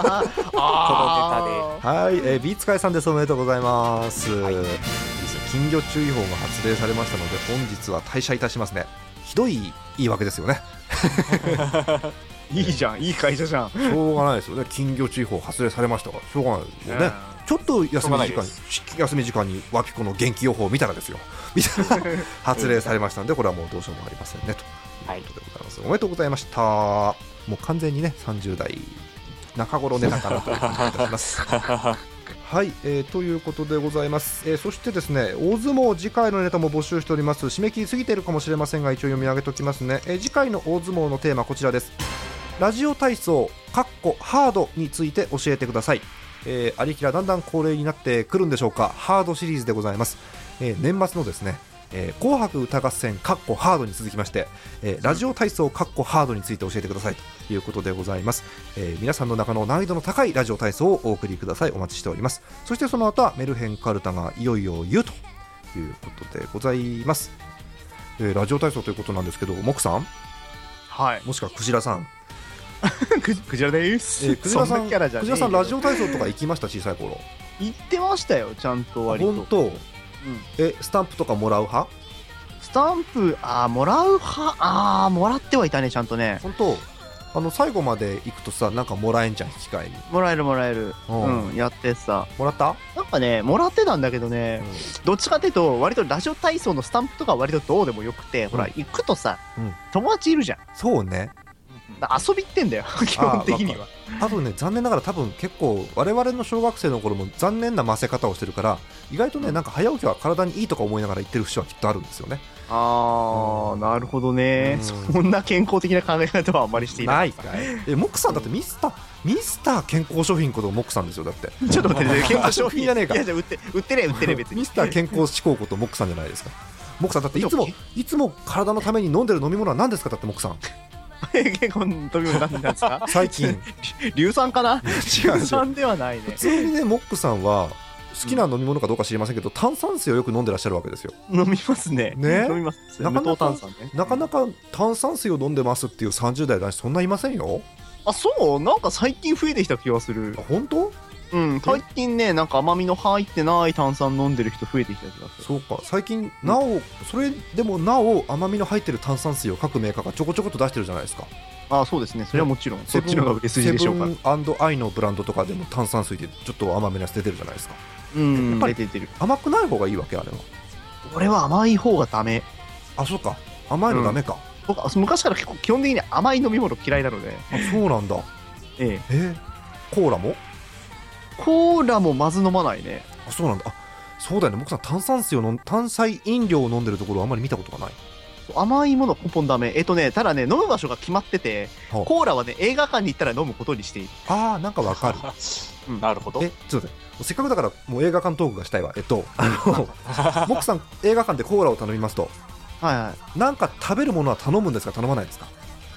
はい、ビーツカイさんです。おめでとうございます。はい、金魚注意報が発令されましたので本日は退社いたしますね。ひどい言い訳ですよね。 いいじゃん、いい会社じゃん。 しょうがないですよね。金魚注意報発令されましたからしょうがないですよね。ちょっと休み時間にワピコの元気予報を見たらですよみたいな発令されましたのでこれはもうどうしようもありませんねということでございます。おめでとうございました。もう完全にね30代中頃ネタかなという感じがいたしますはい、ということでございます。そしてですね、大相撲次回のネタも募集しております。締め切り過ぎているかもしれませんが一応読み上げておきますね。次回の大相撲のテーマこちらです。ラジオ体操ハードについて教えてください。ありきらだんだん恒例になってくるんでしょうか。ハードシリーズでございます。年末のですね、紅白歌合戦ハードに続きまして、ラジオ体操ハードについて教えてくださいということでございます。皆さんの中の難易度の高いラジオ体操をお送りください。お待ちしております。そしてその後はメルヘンカルタがいよいよ言うということでございます。ラジオ体操ということなんですけど、モクさん、 はい、 もしくはクジラさんクジラです。 クジラさんラジオ体操とか行きました？小さい頃行ってましたよ、ちゃんと割と。 本当？スタンプとかもらう派？ スタンプもらう派。もらってはいたね、ちゃんとね。 本当？最後まで行くとさ、なんかもらえんじゃん、引き換えに。 もらえる。やってさ。 もらった？ なんかね、もらってたんだけどね、どっちかっていうと割とラジオ体操のスタンプとかは割とどうでもよくて、ほら行くとさ、友達いるじゃん。そうね。遊びってんだよ基本的には。 あとね、残念ながら多分結構我々の小学生の頃も残念なませ方をしてるから、意外とね、なんか早起きは体にいいとか思いながら言ってる節はきっとあるんですよね。 なるほどね。そんな健康的な考え方はあんまりしていない。 モックさんだってミスター健康商品ことモックさんですよ。だってちょっと待って健康商品じゃねえか。 いや、じゃあ売ってね別にミスター健康志向ことモックさんじゃないですか。モックさんだっていつも体のために飲んでる飲み物は何ですか？だってモックさん健康の飲み物なんですか？ 最近硫酸かな？違う、硫酸ではないね。 普通にね、モックさんは好きな飲み物かどうか知りませんけど、炭酸水をよく飲んでらっしゃるわけですよ。 飲みますね。飲みます。 なかなか炭酸水を飲んでますっていう30代男子そんないませんよ。 そう？なんか最近増えてきた気がする。 本当？ 最近ね、なんか甘みの入ってない炭酸飲んでる人増えてきた気がする。 そうか、最近それでもなお甘みの入ってる炭酸水を各メーカーがちょこちょこと出してるじゃないですか。 そうですね。それはもちろんそっちの方が売れ筋でしょうか。 セブン&アイのブランドとかでも炭酸水でちょっと甘めなやつ出てるじゃないですか。 やっぱり出てる。 甘くない方がいいわけ？あれは。 俺は甘い方がダメ。 そうか、甘いのダメか。 僕は昔から結構基本的に甘い飲み物嫌いなので。 そうなんだ。コーラもまず飲まないね。そうなんだ。そうだよね。僕さ、炭酸飲料を飲んでるところあんまり見たことがない。 甘いもの根本ダメ。ただね、飲む場所が決まってて、コーラはね、映画館に行ったら飲むことにしている。なんかわかる。 なるほど。 ちょっと待って、せっかくだからもう映画館トークがしたいわ。モクさん映画館でコーラを頼みますと、なんか食べるものは頼むんですか、頼まないですか？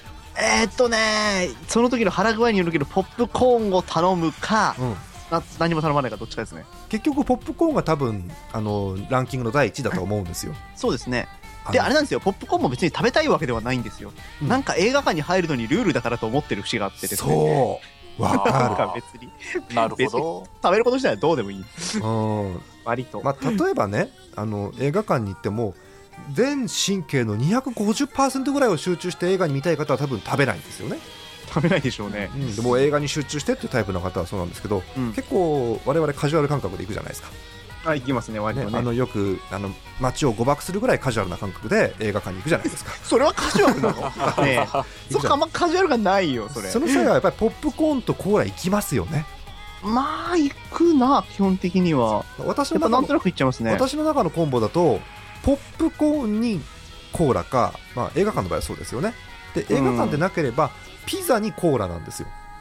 その時の腹具合によるけど、ポップコーンを頼むか、何も頼まないかどっちかですね。 結局ポップコーンが多分ランキングの第1位だと思うんですよ。 そうですね。で、あれなんですよ、ポップコーンも別に食べたいわけではないんですよ。なんか映画館に入るのにルールだからと思ってる節があってですね。そうわかる。別になるほど。 食べること自体はどうでもいい。割と。 例えばね、映画館に行っても全神経の 250% ぐらいを集中して映画に見たい方は多分食べないんですよね。 食べないでしょうね。 でも映画に集中してっていうタイプの方はそうなんですけど、結構我々カジュアル感覚で行くじゃないですか。 行きますね、割とね。 よく街を誤爆するぐらいカジュアルな感覚で映画館に行くじゃないですか。 それはカジュアルなの？ねえ、そっか、あんまカジュアルがないよ、それ。 その際はやっぱりポップコーンとコーラ行きますよね。 行くな、基本的には。 私の中のなんとなく行っちゃいますね。 私の中のコンボだとポップコーンにコーラか、映画館の場合はそうですよね。で、映画館でなければピザにコーラなんですよ。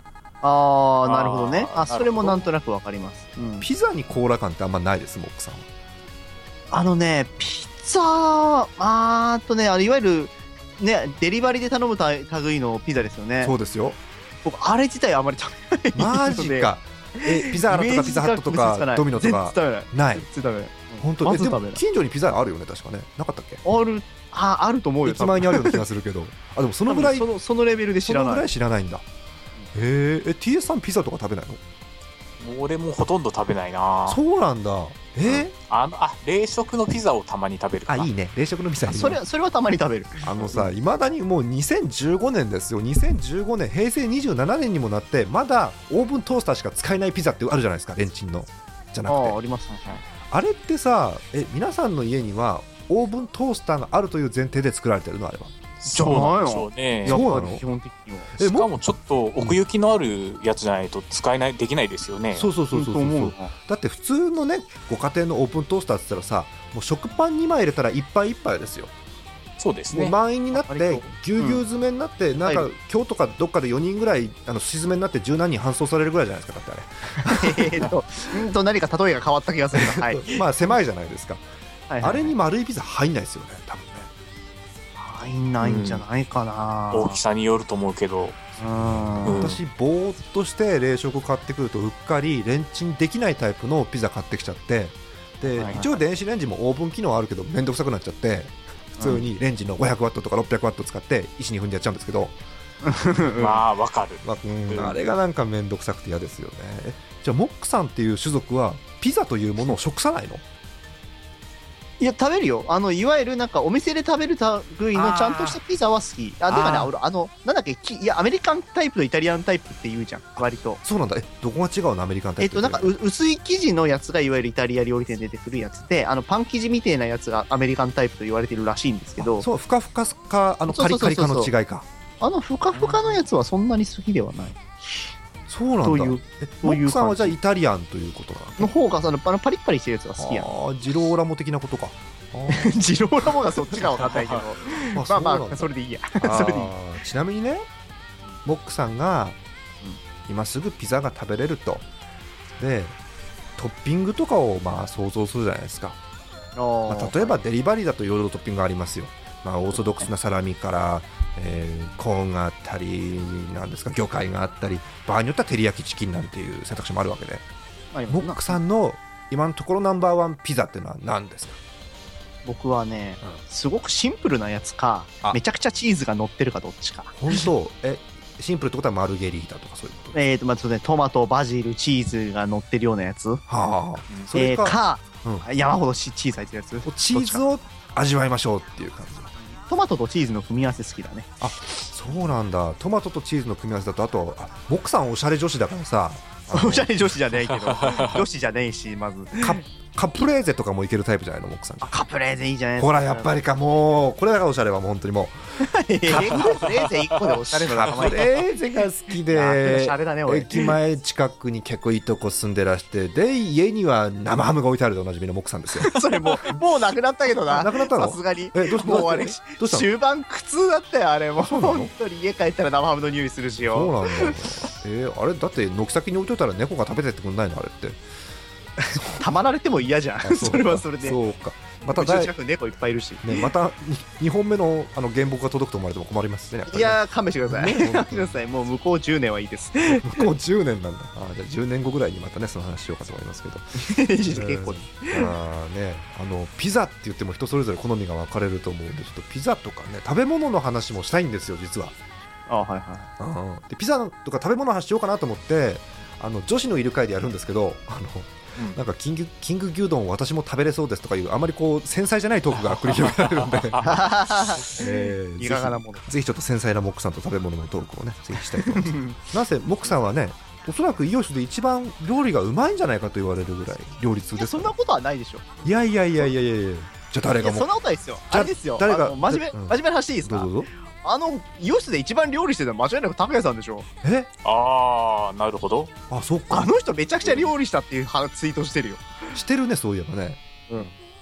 ああ、なるほどね。それもなんとなくわかります。 ピザにコーラ感ってあんまないです、モックさんは。 ピザ、いわゆる、ね、デリバリーで頼む類のピザですよね。 そうですよ。 僕、あれ自体あまり食べない。 マジか。ピザーラとかピザハットとかドミノとかない。 全然食べない。 本当。でも近所にピザあるよね、確かね。なかったっけ？ あると思うよ。 駅前にあるような気がするけど。でもそのぐらい、 そのレベルで知らない。 そのぐらい知らないんだ。TS さんピザとか食べないの？ 俺もほとんど食べないな。 そうなんだ。 冷食のピザをたまに食べるかな。 いいね、冷食のピザ。 それはたまに食べる。 いまだにもう2015年ですよ。2015年、平成27年にもなって、まだオーブントースターしか使えないピザってあるじゃないですか、レンチンの。じゃなくて。 ありますね。 あれってさ、皆さんの家にはオーブントースターがあるという前提で作られてるの？あれは。 そうなんでしょうね。 そうなの？ 基本的には。 しかもちょっと奥行きのあるやつじゃないとできないですよね。 そう。だって普通のね、ご家庭のオープントースターって言ったらさ、もう食パン2枚入れたらいっぱいいっぱいですよ。 そうですね。 もう満員になってぎゅうぎゅう詰めになって、なんか今日とかどっかで4人ぐらいすし詰めになって十何人搬送されるぐらいじゃないですか。だってあれ何か例えが変わった気がするな。 まあ狭いじゃないですか。あれに丸いピザ入んないですよね、多分ね。 入んないんじゃないかな。 大きさによると思うけど。 私ぼーっとして冷食買ってくるとうっかりレンチンできないタイプのピザ買ってきちゃって、で一応電子レンジもオーブン機能あるけどめんどくさくなっちゃって、普通にレンジの500ワットとか600ワット使って石に踏んでやっちゃうんですけど、 まあわかる。 あれがなんかめんどくさくて嫌ですよね。じゃあモックさんっていう種族はピザというものを食さないの？ いや食べるよ。いわゆるなんかお店で食べる類のちゃんとしたピザは好き。でもね、なんだっけ、アメリカンタイプとイタリアンタイプって言うじゃん、割と。 そうなんだ。どこが違うの？アメリカンタイプ。 なんか薄い生地のやつがいわゆるイタリア料理店で出てくるやつで、パン生地みたいなやつがアメリカンタイプと言われてるらしいんですけど。 そう、ふかふかかカリカリかの違いか。 ふかふかのやつはそんなに好きではない。 そうなんだ。モックさんはじゃあイタリアンということなの方がパリッパリしてるやつが好きやん。 ジローラモ的なことか。 ジローラモがそっちか分かんないけどまあそれでいいや。それでいい。 ちなみにね、モックさんが今すぐピザが食べれると、でトッピングとかを想像するじゃないですか。例えばデリバリーだといろいろトッピングがありますよ。オーソドックスなサラミから、コーンがあったり、なんですか、魚介があったり、場合によっては照り焼きチキンなんていう選択肢もあるわけで、モックさんの今のところナンバーワンピザっていうのは何ですか？ 僕はね、すごくシンプルなやつか、めちゃくちゃチーズが乗ってるかどっちか。 本当？シンプルってことはマルゲリータとかそういうこと？ トマト、バジル、チーズが乗ってるようなやつ。それか、山ほどチーズ入ってるやつ。 チーズを味わいましょうっていう感じ。 トマトとチーズの組み合わせ好きだね。 そうなんだ。トマトとチーズの組み合わせだと、あとモックさんおしゃれ女子だからさ。 おしゃれ女子じゃねえけど女子じゃねえし、まずカプレーゼとかもいけるタイプじゃないの、モックさん。 カプレーゼいいじゃないですか。 ほらやっぱりか、もうこれだからおしゃれはもう本当にもうカプレーゼ1個でおしゃれの仲間。 カプレーゼが好きで、駅前近くに結構いいとこ住んでらして、で家には生ハムが置いてあるでおなじみのモックさんですよ。 それもうなくなったけどな。 なくなったの？ さすがにもうあれ終盤苦痛だったよ、あれ。もう本当に家帰ったら生ハムの匂いするしよ。 そうなんだ。あれだって軒先に置いといたら猫が食べてってくんないの？あれってたまられても嫌じゃん。それはそれで。 そうか。 また近く猫いっぱいいるし、 ね、また2本目の原木が届くと思われても困りますね。 いや勘弁してください。勘弁してください。もう向こう10年はいいです。 向こう10年なんだ。じゃあ10年後ぐらいにまたねその話しようかと思いますけど。 結構ね、 ピザって言っても人それぞれ好みが分かれると思うんで、ちょっとピザとかね食べ物の話もしたいんですよ実は。でピザとか食べ物の話しようかなと思って、女子のいる会でやるんですけど、なんかキング牛丼私も食べれそうですとかいうあまりこう繊細じゃないトークが繰り広げられるんで、 いかがなものぜひちょっと繊細なモックさんと食べ物のトークをねぜひしたいと思います。なぜモックさんはね、おそらくイオシスで一番料理がうまいんじゃないかと言われるぐらい料理通です。 そんなことはないでしょ。 いやじゃあ誰がそんなことないですよ。あれですよ、 誰が真面目な話いいですか？ どうぞ。 イオシスで一番料理してるのは間違いなく拓也さんでしょ。 なるほど。 そっか。 あの人めちゃくちゃ料理したっていうツイートしてるよ。 してるね、そういえばね。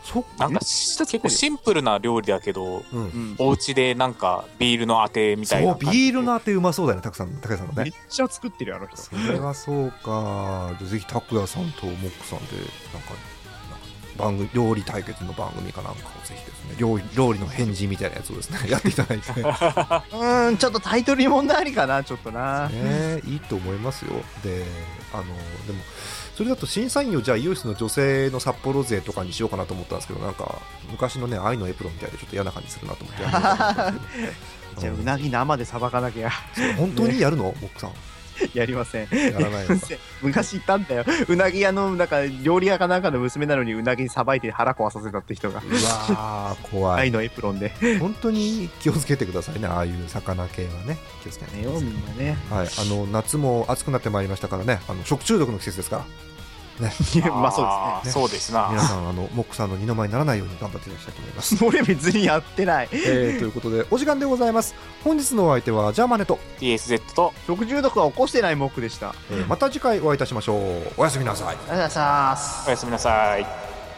なんか結構シンプルな料理だけど、お家でなんかビールのあてみたいな。 そう、ビールのあてうまそうだよね、高谷さんのね。 めっちゃ作ってるよ、あの人。 それはそうか。ぜひ拓也さんとモックさんでなんか番組、料理対決の番組かなんかをぜひですね、料理の返事みたいなやつをですねやっていただいてちょっとタイトルに問題ありかな、ちょっとな、 いいと思いますよ。でもそれだと審査員をじゃあユースの女性の札幌勢とかにしようかなと思ったんですけど、なんか昔のね愛のエプロンみたいでちょっと嫌な感じするなと思ってじゃあうなぎ生でさばかなきゃ。 本当にやるの、モックさん。 やりません。 やらないのか。 昔いたんだよ、うなぎ屋のなんか料理屋かなんかの娘なのにうなぎさばいて腹壊させたって人が。 うわー怖い。 愛のエプロンで本当に気をつけてくださいね、ああいう魚系はね、気をつけてよみんなね。 はい、夏も暑くなってまいりましたからね、食中毒の季節ですからね。 まあそうですね。 皆さんモックさんの二の舞にならないように頑張っていただきたいと思います。 俺別にやってない。 ということでお時間でございます。本日のお相手はジャーマネと TSZ と食中毒は起こしてないモックでした。 また次回お会いいたしましょう。おやすみなさい。 ありがとうございます。 おやすみなさい。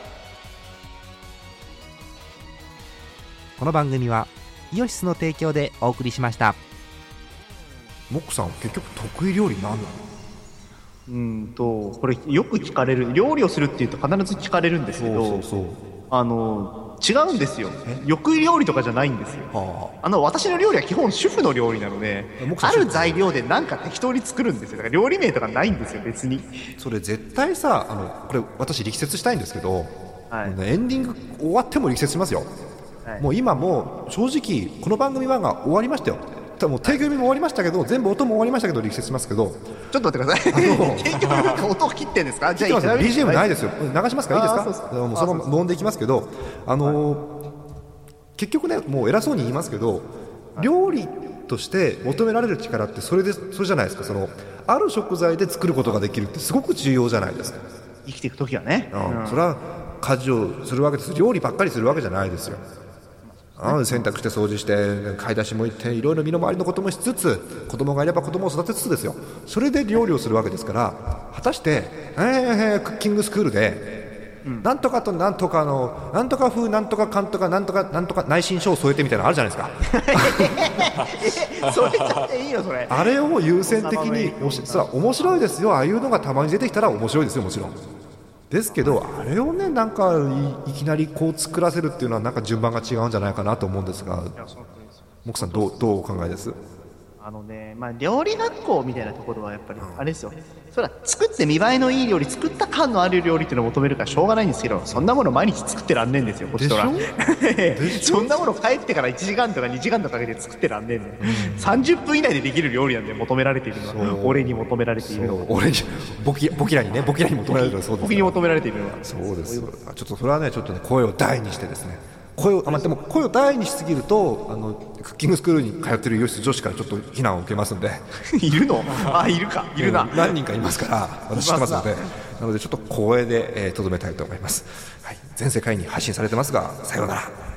この番組はイオシスの提供でお送りしました。 モックさん結局得意料理何なの？ これよく聞かれる、料理をするっていうと必ず聞かれるんですけど、違うんですよ。得意料理とかじゃないんですよ。私の料理は基本主婦の料理なので、ある材料でなんか適当に作るんですよ。だから料理名とかないんですよ、別に。 それ絶対さ、これ私力説したいんですけど、エンディング終わっても力説しますよ。もう今もう正直この番組が終わりましたよ。もう提供日も終わりましたけど、全部音も終わりましたけど力説しますけど、 ちょっと待ってください。結局音を切ってんですか？じゃあ BGM ないですよ。流しますか？いいですか？もうそのまま飲んでいきますけど、結局ね、もう偉そうに言いますけど、料理として求められる力ってそれじゃないですか。ある食材で作ることができるってすごく重要じゃないですか。 生きていくときはね、 それは家事をするわけです。料理ばっかりするわけじゃないですよ。洗濯して掃除して買い出しも行っていろいろ身の回りのこともしつつ、子供がいれば子供を育てつつですよ。それで料理をするわけですから、果たしてクッキングスクールで、なんとかとなんとかのなんとか風なんとかかんとかなんとかなんとか内申書を添えてみたいなのあるじゃないですか。 それちゃっていいよそれ。 あれを優先的に面白いですよ。ああいうのがたまに出てきたら面白いですよ、もちろんですけど、あれをねなんかいきなりこう作らせるっていうのはなんか順番が違うんじゃないかなと思うんですが、モクさんどうお考えです？ 料理学校みたいなところはやっぱりあれですよ。それは作って見栄えのいい料理、作った感のある料理っていうのを求めるからしょうがないんですけど、そんなもの毎日作ってらんねえんですよ、こっちとら。そんなもの帰ってから1時間とか2時間とかかけて作ってらんねえんで、30分以内でできる料理なんで求められているのは、俺に求められているのは、 俺にボキラに求められているのはそうです。 僕に求められているのはそうです。ちょっとそれはね、ちょっとね声を大にしてですね。でも声を大にしすぎるとクッキングスクールに通ってる洋室女子からちょっと非難を受けますので。 いるの？いるか、いるな。 何人かいますから私知ってますので、なのでちょっと声でとどめたいと思います。はい、全世界に配信されてますが、さようなら。